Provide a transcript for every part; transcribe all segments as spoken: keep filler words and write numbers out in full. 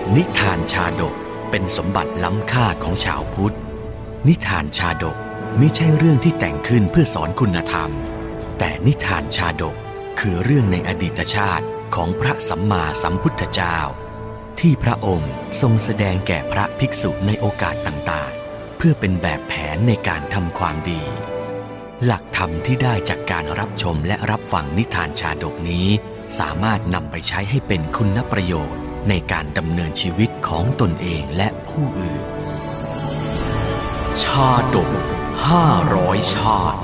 นิทานชาดกเป็นสมบัติล้ำค่าของชาวพุทธนิทานชาดกไม่ใช่เรื่องที่แต่งขึ้นเพื่อสอนคุณธรรมแต่นิทานชาดกคือเรื่องในอดีตชาติของพระสัมมาสัมพุทธเจ้าที่พระองค์ทรงแสดงแก่พระภิกษุในโอกาสต่างๆเพื่อเป็นแบบแผนในการทำความดีหลักธรรมที่ได้จากการรับชมและรับฟังนิทานชาดกนี้สามารถนำไปใช้ให้เป็นคุณประโยชน์ในการดำเนินชีวิตของตนเองและผู้อื่นชาดกห้าร้อยชาติ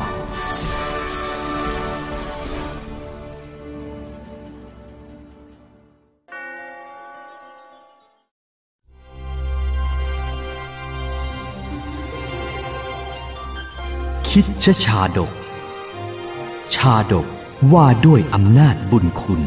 คิดชชาดกชาดกว่าด้วยอำนาจบุญคุณ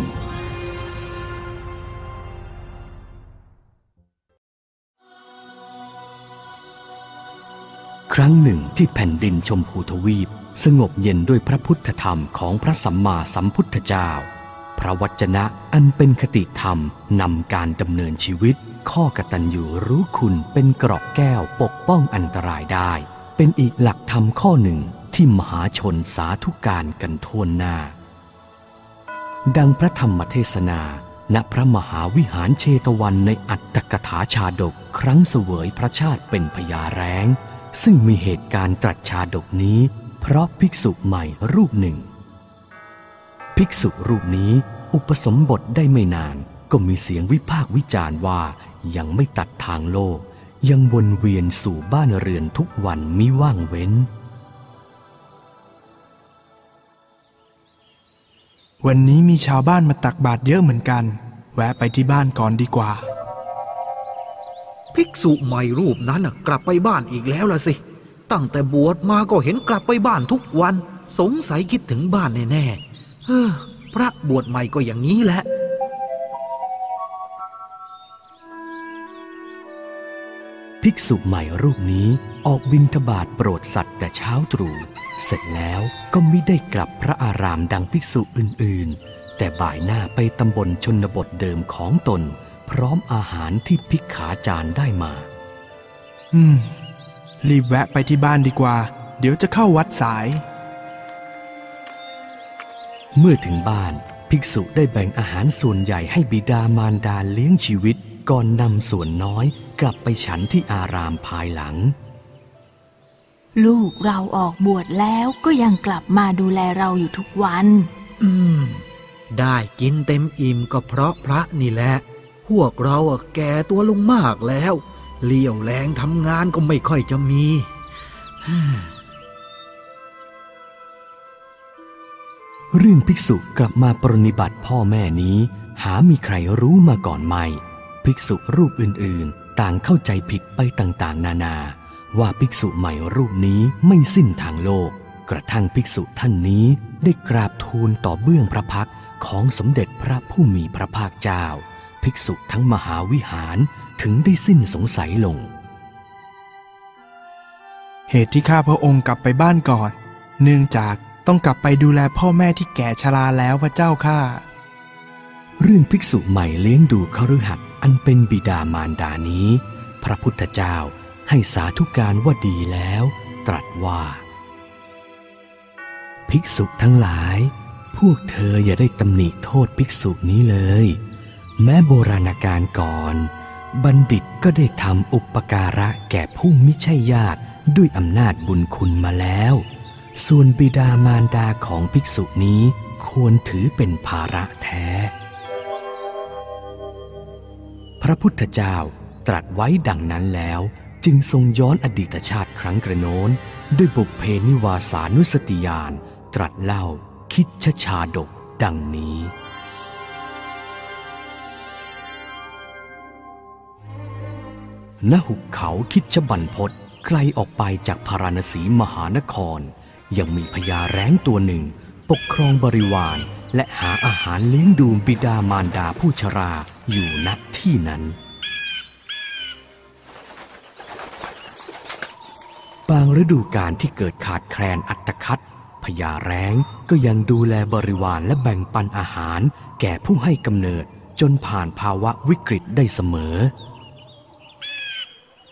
ครั้งหนึ่งที่แผ่นดินชมพูทวีปสงบเย็นด้วยพระพุทธธรรมของพระสัมมาสัมพุทธเจ้าพระวจนะอันเป็นคติธรรมนำการดำเนินชีวิตข้อกตัญญูรู้คุณเป็นเกราะแก้วปกป้องอันตรายได้เป็นอีกหลักธรรมข้อหนึ่งที่มหาชนสาธุการกันทั่วหน้าดังพระธรรมเทศนาณพระมหาวิหารเชตวันในอัตถกถาชาดกครั้งเสวยพระชาติเป็นพญาแร้งซึ่งมีเหตุการณ์ตรัสชาดกนี้เพราะภิกษุใหม่รูปหนึ่งภิกษุรูปนี้อุปสมบทได้ไม่นานก็มีเสียงวิพากษ์วิจารณ์ว่ายังไม่ตัดทางโลกยังวนเวียนสู่บ้านเรือนทุกวันมิว่างเว้นวันนี้มีชาวบ้านมาตักบาตรเยอะเหมือนกันแวะไปที่บ้านก่อนดีกว่าภิกษุใหม่รูปนั้นกลับไปบ้านอีกแล้วล่ะสิตั้งแต่บวชมาก็เห็นกลับไปบ้านทุกวันสงสัยคิดถึงบ้านแน่ๆเออพระบวชใหม่ก็อย่างนี้แหละภิกษุใหม่รูปนี้ออกบิณฑบาตโปรดสัตว์แต่เช้าตรู่เสร็จแล้วก็มิได้กลับพระอารามดังภิกษุอื่นๆแต่บ่ายหน้าไปตำบลชนบทเดิมของตนพร้อมอาหารที่ภิกขาจารย์ได้มาอืมรีบแวะไปที่บ้านดีกว่าเดี๋ยวจะเข้าวัดสายเมื่อถึงบ้านภิกษุได้แบ่งอาหารส่วนใหญ่ให้บิดามารดาเลี้ยงชีวิตก่อนนำส่วนน้อยกลับไปฉันที่อารามภายหลังลูกเราออกบวชแล้วก็ยังกลับมาดูแลเราอยู่ทุกวันอืมได้กินเต็มอิ่มก็เพราะพระนี่แหละพวกเราแก่ตัวลงมากแล้วเลี้ยวแรงทำงานก็ไม่ค่อยจะมีเรื่องภิกษุกลับมาปรนนิบัติพ่อแม่นี้หามีใครรู้มาก่อนไม่ภิกษุรูปอื่นๆต่างเข้าใจผิดไปต่างๆนานาว่าภิกษุใหม่รูปนี้ไม่สิ้นทางโลกกระทั่งภิกษุท่านนี้ได้กราบทูลต่อเบื้องพระพักตร์ของสมเด็จพระผู้มีพระภาคเจ้าภิกษุทั้งมหาวิหารถึงได้สิ้นสงสัยลงเหตุที่ข้าพระองค์กลับไปบ้านก่อนเนื่องจากต้องกลับไปดูแลพ่อแม่ที่แก่ชราแล้วพระเจ้าข้าเรื่องภิกษุใหม่เลี้ยงดูคฤหัสถ์อันเป็นบิดามารดานี้พระพุทธเจ้าให้สาธุการว่าดีแล้วตรัสว่าภิกษุทั้งหลายพวกเธออย่าได้ตำหนิโทษภิกษุนี้เลยแม้โบราณกาลก่อนบัณฑิตก็ได้ทำอุปการะแก่ผู้มิใช่ญาติด้วยอำนาจบุญคุณมาแล้วส่วนบิดามารดาของภิกษุนี้ควรถือเป็นภาระแท้พระพุทธเจ้าตรัสไว้ดังนั้นแล้วจึงทรงย้อนอดีตชาติครั้งกระโน้นด้วยบุพเพนิวาสานุสติญาณตรัสเล่าคิดชชาดกดังนี้ณหุบเขาคิชบรรพตไกลออกไปจากพาราณสีมหานครยังมีพญาแร้งตัวหนึ่งปกครองบริวารและหาอาหารเลี้ยงดูบิดามารดาผู้ชราอยู่ณที่นั้นบางฤดูกาลที่เกิดขาดแคลนอัตคัดพญาแร้งก็ยังดูแลบริวารและแบ่งปันอาหารแก่ผู้ให้กำเนิดจนผ่านภาวะวิกฤตได้เสมอ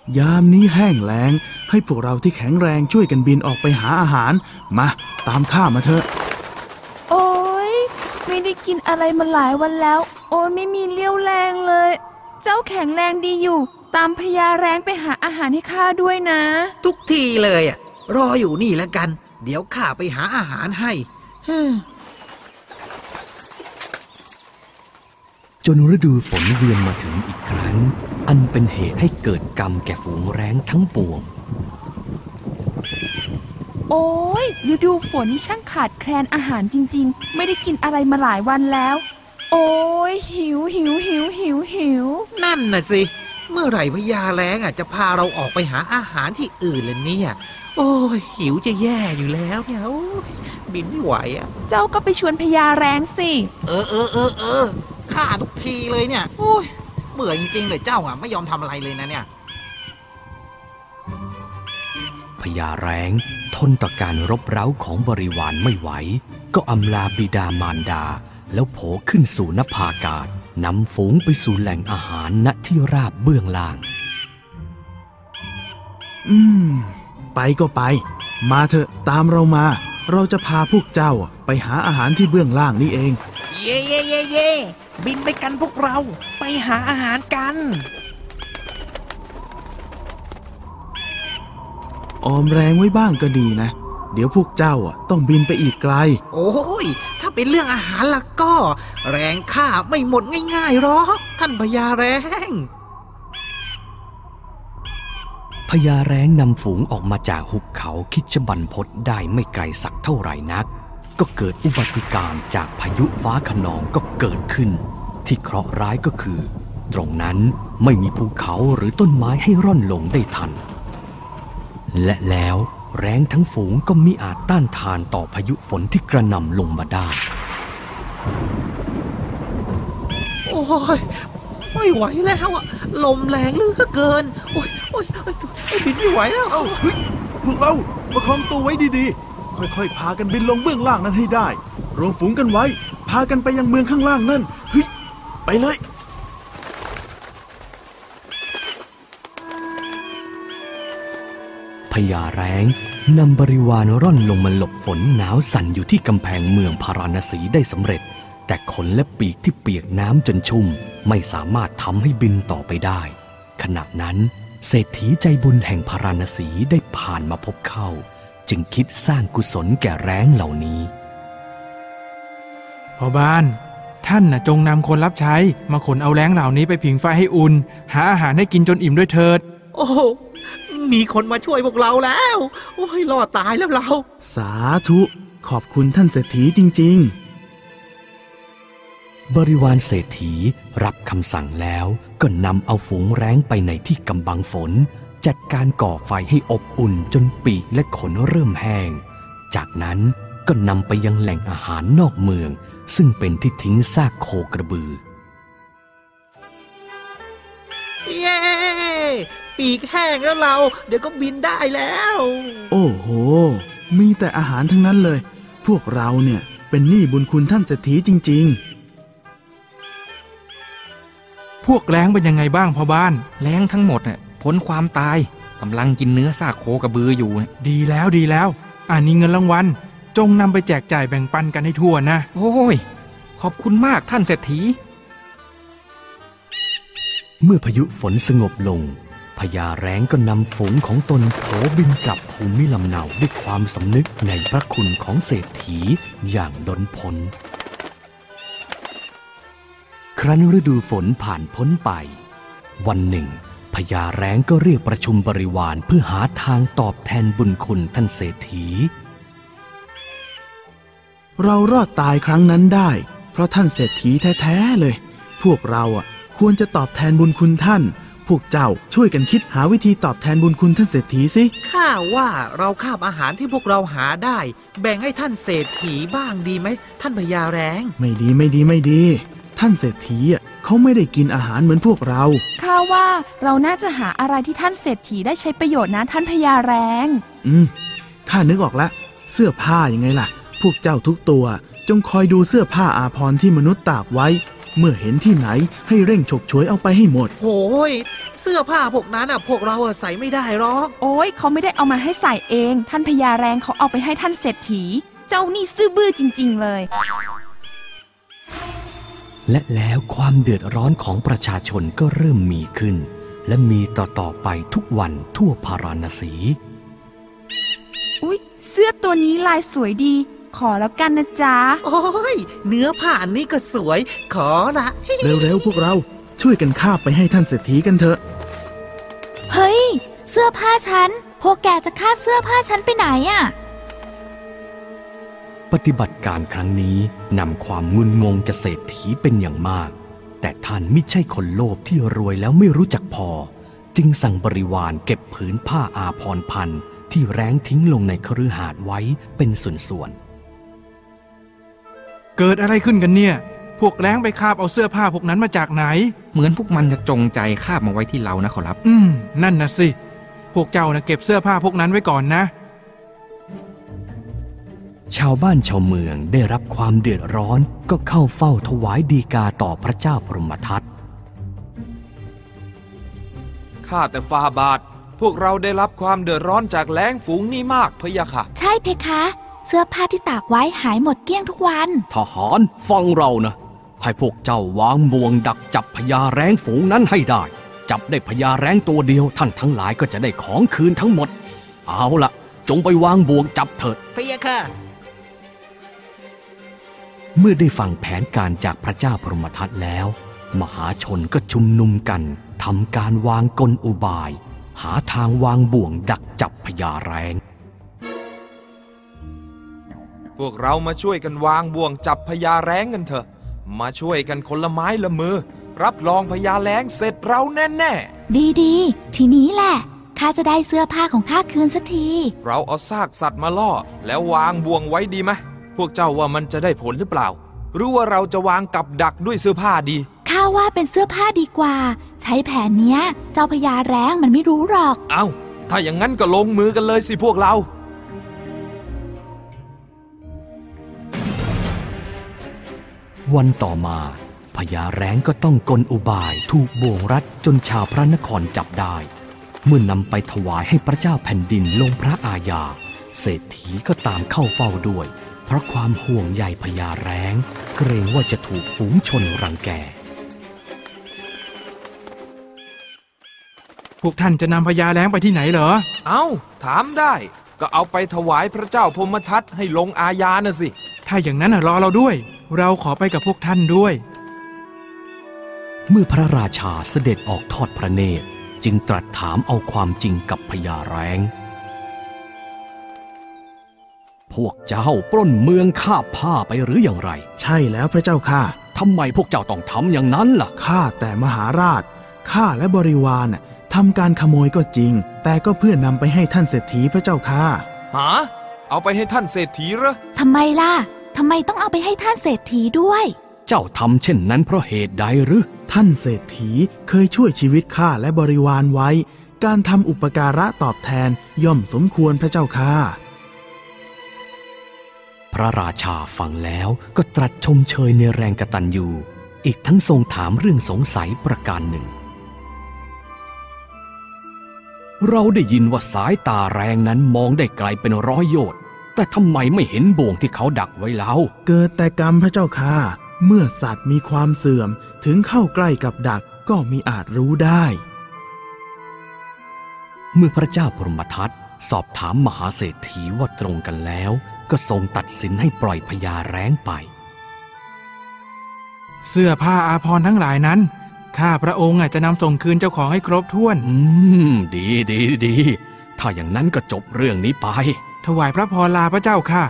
ยามนี้แห้งแล้งให้พวกเราที่แข็งแรงช่วยกันบินออกไปหาอาหารมาตามข้ามาเถอะโอ๊ยไม่ได้กินอะไรมาหลายวันแล้วโอ๊ยไม่มีเลี้ยวแรงเลยเจ้าแข็งแรงดีอยู่ตามพญาแร้งไปหาอาหารให้ข้าด้วยนะทุกทีเลยอ่ะรออยู่นี่แล้วกันเดี๋ยวข้าไปหาอาหารให้จนฤดูฝนเวียนมาถึงอีกครั้งอันเป็นเหตุให้เกิดกรรมแก่ฝูงแร้งทั้งปวงโอ้ยฤดูฝนนี่ช่างขาดแคลนอาหารจริงๆไม่ได้กินอะไรมาหลายวันแล้วโอ้ยหิวหิวหิวหิวหิวนั่นน่ะสิเมื่อไหร่พญาแร้งอ่ะจะพาเราออกไปหาอาหารที่อื่นเลยเนี่ยโอ้ยหิวจะแย่อยู่แล้วเนี่ยโอ้ยบินไม่ไหวอ่ะเจ้าก็ไปชวนพญาแร้งสิเออเออเออเออข้าทุกทีเลยเนี่ยโอ้ยเบื่อจริงๆเลยเจ้าอ่ะไม่ยอมทำอะไรเลยนะเนี่ยพญาแร้งทนต่อการรบเร้าของบริวารไม่ไหวก็อำลาบิดามารดาแล้วโผขึ้นสู่นภาอากาศนำฝูงไปสู่แหล่งอาหารณที่ราบเบื้องล่างอืมไปก็ไปมาเถอะตามเรามาเราจะพาพวกเจ้าไปหาอาหารที่เบื้องล่างนี่เองเย่เย่เย่เย่บินไปกันพวกเราไปหาอาหารกันออมแรงไว้บ้างก็ดีนะเดี๋ยวพวกเจ้าอ่ะต้องบินไปอีกไกลโอ้ยถ้าเป็นเรื่องอาหารล่ะก็แรงข้าไม่หมดง่ายๆหรอกท่านพญาแร้งพญาแร้งนำฝูงออกมาจากหุบเขาคิชบันพตได้ไม่ไกลสักเท่าไหร่นักก็เกิดอุบัติการณ์จากพายุฟ้าคะนองก็เกิดขึ้นที่เคราะห์ร้ายก็คือตรงนั้นไม่มีภูเขาหรือต้นไม้ให้ร่อนลงได้ทันและแล้วแร้งทั้งฝูงก็มิอาจต้านทานต่อพายุฝนที่กระหน่ำลงมาได้โอ้ยไม่ไหวแล้วอะลมแรงเหลือเกินโอ้ยโอ้ยไอ้บินไม่ไหวแล้วเอ้าเฮ้ยพวกเราประคองตัวไว้ดีๆค่อยๆพากันบินลงเบื้องล่างนั้นให้ได้รวมฝูงกันไว้พากันไปยังเมืองข้างล่างนั่นเฮ้ยไปเลยพญาแร้งนำบริวารร่อนลงมาหลบฝนหนาวสั่นอยู่ที่กำแพงเมืองพาราณสีได้สำเร็จแต่ขนและปีกที่เปียกน้ำจนชุ่มไม่สามารถทำให้บินต่อไปได้ขณะนั้นเศรษฐีใจบุญแห่งพาราณสีได้ผ่านมาพบเข้าจึงคิดสร้างกุศลแก่แร้งเหล่านี้พ่อบ้านท่านน่ะจงนำคนรับใช้มาขนเอาแร้งเหล่านี้ไปผิงไฟให้อุ่นหาอาหารให้กินจนอิ่มด้วยเถิดโอ้มีคนมาช่วยพวกเราแล้วโอ้ยรอดตายแล้วเราสาธุขอบคุณท่านเศรษฐีจริงๆบริวารเศรษฐีรับคำสั่งแล้วก็นำเอาฝูงแร้งไปในที่กำบังฝนจัดการก่อไฟให้อบอุ่นจนปีกและขนเริ่มแห้งจากนั้นก็นำไปยังแหล่งอาหารนอกเมืองซึ่งเป็นที่ทิ้งซากโคกระบือเย้ปีกแห้งแล้วเราเดี๋ยวก็บินได้แล้วโอ้โหมีแต่อาหารทั้งนั้นเลยพวกเราเนี่ยเป็นหนี้บุญคุณท่านเศรษฐีจริงๆพวกแร้งเป็นยังไงบ้างพ่อบ้านแร้งทั้งหมดน่ะพ้นความตายกำลังกินเนื้อซากโคกระบืออยู่ดีแล้วดีแล้วอ่านี่เงินรางวัลจงนำไปแจกจ่ายแบ่งปันกันให้ทั่วนะโอ้ยขอบคุณมากท่านเศรษฐีเมื่อพายุฝนสงบลงพญาแร้งก็นำฝูงของตนโผบินกลับภูมิลำเนาด้วยความสำนึกในพระคุณของเศรษฐีอย่างล้นพ้นครั้นฤดูฝนผ่านพ้นไปวันหนึ่งพญาแร้งก็เรียกประชุมบริวารเพื่อหาทางตอบแทนบุญคุณท่านเศรษฐีเรารอดตายครั้งนั้นได้เพราะท่านเศรษฐีแท้ๆเลยพวกเราอ่ะควรจะตอบแทนบุญคุณท่านพวกเจ้าช่วยกันคิดหาวิธีตอบแทนบุญคุณท่านเศรษฐีสิข้าว่าเราคาบอาหารที่พวกเราหาได้แบ่งให้ท่านเศรษฐีบ้างดีไหมท่านพญาแร้งไม่ดีไม่ดีไม่ดีท่านเศรษฐีอ่ะเขาไม่ได้กินอาหารเหมือนพวกเราข้าว่าเราน่าจะหาอะไรที่ท่านเศรษฐีได้ใช้ประโยชน์นะท่านพญาแร้งอืมข้านึกออกละเสื้อผ้ายังไงล่ะพวกเจ้าทุกตัวจงคอยดูเสื้อผ้าอาภรณ์ที่มนุษย์ตากไว้เมื่อเห็นที่ไหนให้เร่งฉกฉวยเอาไปให้หมดโอ้ยเสื้อผ้าพวกนั้นอ่ะพวกเราอะใส่ไม่ได้หรอกโอ้ยเขาไม่ได้เอามาให้ใส่เอง ท่านพญาแรงเขาเอาไปให้ท่านเศรษฐี เจ้านี่ซื่อบื้อจริงๆเลยและแล้วความเดือดร้อนของประชาชนก็เริ่มมีขึ้น และมีต่อๆไปทุกวันทั่วพาราณสีอุ๊ยเสื้อตัวนี้ลายสวยดี ขอแล้วกันนะจ๊ะโอ้ยเนื้อผ้าอันนี้ก็สวย ขอละเร็วๆพวกเราช่วยกันคาบไปให้ท่านเศรษฐีกันเถอะเฮ้ย เสื้อผ้าฉัน พวกแกจะคาบเสื้อผ้าฉันไปไหนอะปฏิบัติการครั้งนี้นำความงุนงงแก่เศรษฐีเป็นอย่างมาก แต่ท่านไม่ใช่คนโลภที่รวยแล้วไม่รู้จักพอ จึงสั่งบริวารเก็บผืนผ้าอาภรณ์พันธุ์ที่แร้งทิ้งลงในคฤหาสน์ไว้เป็นส่วนๆเกิดอะไรขึ้นกันเนี่ยพวกแร้งไปคาบเอาเสื้อผ้าพวกนั้นมาจากไหนเหมือนพวกมันจะจงใจคาบมาไว้ที่เรานะขอรับอืมนั่นน่ะสิพวกเจ้านะเก็บเสื้อผ้าพวกนั้นไว้ก่อนนะชาวบ้านชาวเมืองได้รับความเดือดร้อนก็เข้าเฝ้าถวายฎีกาต่อพระเจ้าพรหมทัตข้าแต่ฟาบาทพวกเราได้รับความเดือดร้อนจากแล้งฝูงนี้มากพะยะค่ะใช่เพคะ เสื้อผ้าที่ตากไว้หายหมดเกลี้ยงทุกวันทหารฟังเรานะให้พวกเจ้าวางบ่วงดักจับพญาแร้งฝูงนั้นให้ได้จับได้พญาแร้งตัวเดียวท่านทั้งหลายก็จะได้ของคืนทั้งหมดเอาละจงไปวางบ่วงจับเถิดพะยะค่ะเมื่อได้ฟังแผนการจากพระเจ้าพรหมทัตแล้ว มหาชนก็ชุมนุมกันทำการวางกลอุบายหาทางวางบ่วงดักจับพญาแร้งพวกเรามาช่วยกันวางบ่วงจับพญาแร้งกันเถอะมาช่วยกันคนละไม้ละมือรับรองพญาแร้งเสร็จเราแน่ๆดีๆทีนี้แหละข้าจะได้เสื้อผ้าของข้าคืนสักทีเราเอาซากสัตว์มาล่อแล้ววางบ่วงไว้ดีไหมพวกเจ้าว่ามันจะได้ผลหรือเปล่าหรือว่าเราจะวางกับดักด้วยเสื้อผ้าดีข้าว่าเป็นเสื้อผ้าดีกว่าใช้แผนเนี้ยเจ้าพญาแร้งมันไม่รู้หรอกเอ้าถ้าอย่างนั้นก็ลงมือกันเลยสิพวกเราวันต่อมาพญาแร้งก็ต้องกลอุบายถูกบ่วงรัดจนชาวพระนครจับได้เมื่อนำไปถวายให้พระเจ้าแผ่นดินลงพระอาญาเศรษฐีก็ตามเข้าเฝ้าด้วยเพราะความห่วงใยพญาแร้งเกรงว่าจะถูกฝูงชนรังแกพวกท่านจะนำพญาแร้งไปที่ไหนเหรอเอ้าถามได้ก็เอาไปถวายพระเจ้าพรหมทัตให้ลงอาญาน่ะสิถ้าอย่างนั้นรอเราด้วยเราขอไปกับพวกท่านด้วยเมื่อพระราชาเสด็จออกทอดพระเนตรจึงตรัสถามเอาความจริงกับพญาแร้งพวกเจ้าปล้นเมืองคาบผ้าไปหรืออย่างไรใช่แล้วพระเจ้าข้าทำไมพวกเจ้าต้องทำอย่างนั้นล่ะข้าแต่มหาราชข้าและบริวารทำการขโมยก็จริงแต่ก็เพื่อนำไปให้ท่านเศรษฐีพระเจ้าข้าหาเอาไปให้ท่านเศรษฐีเหรอทำไมล่ะทำไมต้องเอาไปให้ท่านเศรษฐีด้วยเจ้าทำเช่นนั้นเพราะเหตุใดหรือท่านเศรษฐีเคยช่วยชีวิตข้าและบริวารไว้การทำอุปการะตอบแทนย่อมสมควรพระเจ้าข้าพระราชาฟังแล้วก็ตรัสชมเชยในแรงกตัญญูอีกทั้งทรงถามเรื่องสงสัยประการหนึ่งเราได้ยินว่าสายตาแรงนั้นมองได้ไกลเป็นร้อยโยชน์แต่ทำไมไม่เห็นบ่วงที่เขาดักไว้เล่าเกิดแต่กรรมพระเจ้าข้าเมื่อสัตว์มีความเสื่อมถึงเข้าใกล้กับดักก็มิอาจรู้ได้เมื่อพระเจ้าพรหมทัตสอบถามมหาเศรษฐีว่าตรงกันแล้วก็ทรงตัดสินให้ปล่อยพญาแร้งไปเสื้อผ้าอาภรณ์ทั้งหลายนั้นข้าพระองค์จะนำส่งคืนเจ้าของให้ครบถ้วนอืมดีดีดีถ้าอย่างนั้นก็จบเรื่องนี้ไปถวายพระพรลาพระเจ้าค่ะ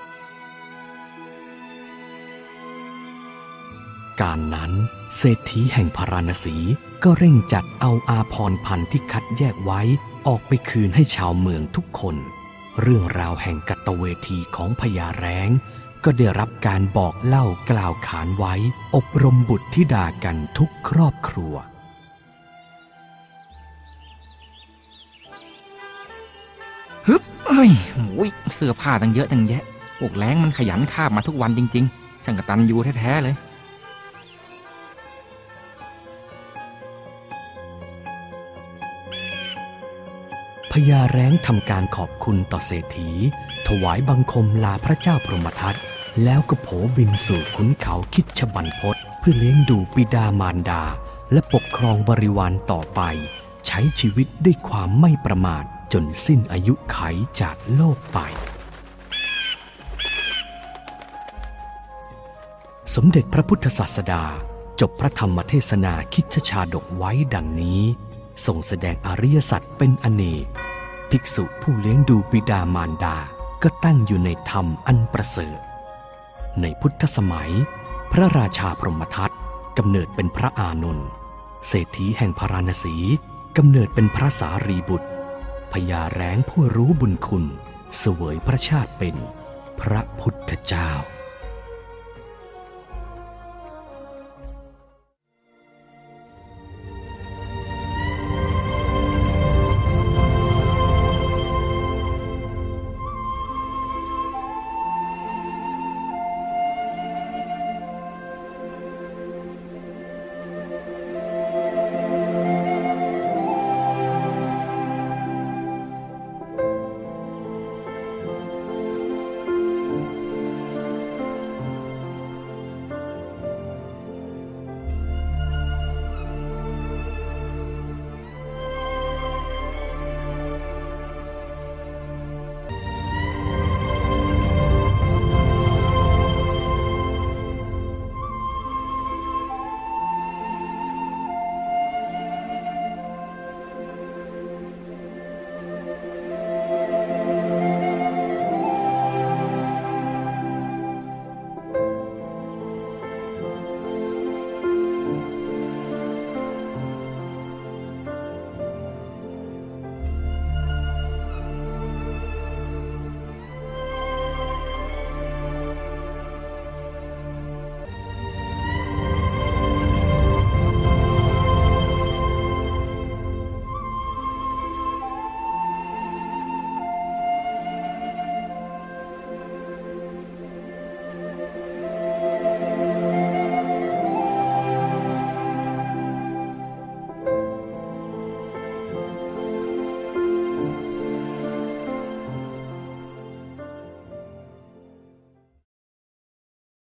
การนั้นเศรษฐีแห่งพาราณสีก็เร่งจัดเอาอาภรณ์พันธุ์ที่คัดแยกไว้ออกไปคืนให้ชาวเมืองทุกคนเรื่องราวแห่งกัตเวทีของพญาแร้งก็ได้รับการบอกเล่ากล่าวขานไว้อบรมบุตรธิดากันทุกครอบครัวฮึบเอ้ยโอ้ยเสื้อผ้าตั้งเยอะตั้งแยะพวกแร้งมันขยันคาบมาทุกวันจริงๆช่างกตัญญูแท้ๆเลยพญาแร้งทำการขอบคุณต่อเศรษฐีถวายบังคมลาพระเจ้าพรหมทัตแล้วก็โผบินสู่ขุนเขาคิชบรรพตเพื่อเลี้ยงดูบิดามารดาและปกครองบริวารต่อไปใช้ชีวิตด้วยความไม่ประมาทจนสิ้นอายุไขจากโลกไปสมเด็จพระพุทธศาสดาจบพระธรรมเทศนาคริสตชาดกไว้ดังนี้ทรงแสดงอริยสัจเป็นอเนกภิกษุผู้เลี้ยงดูบิดามารดาก็ตั้งอยู่ในธรรมอันประเสริฐในพุทธสมัยพระราชาพรหมทัตกำเนิดเป็นพระอานนท์เศรษฐีแห่งพาราณสีกำเนิดเป็นพระสารีบุตรพญาแร้งผู้รู้บุญคุณเสวยพระชาติเป็นพระพุทธเจ้า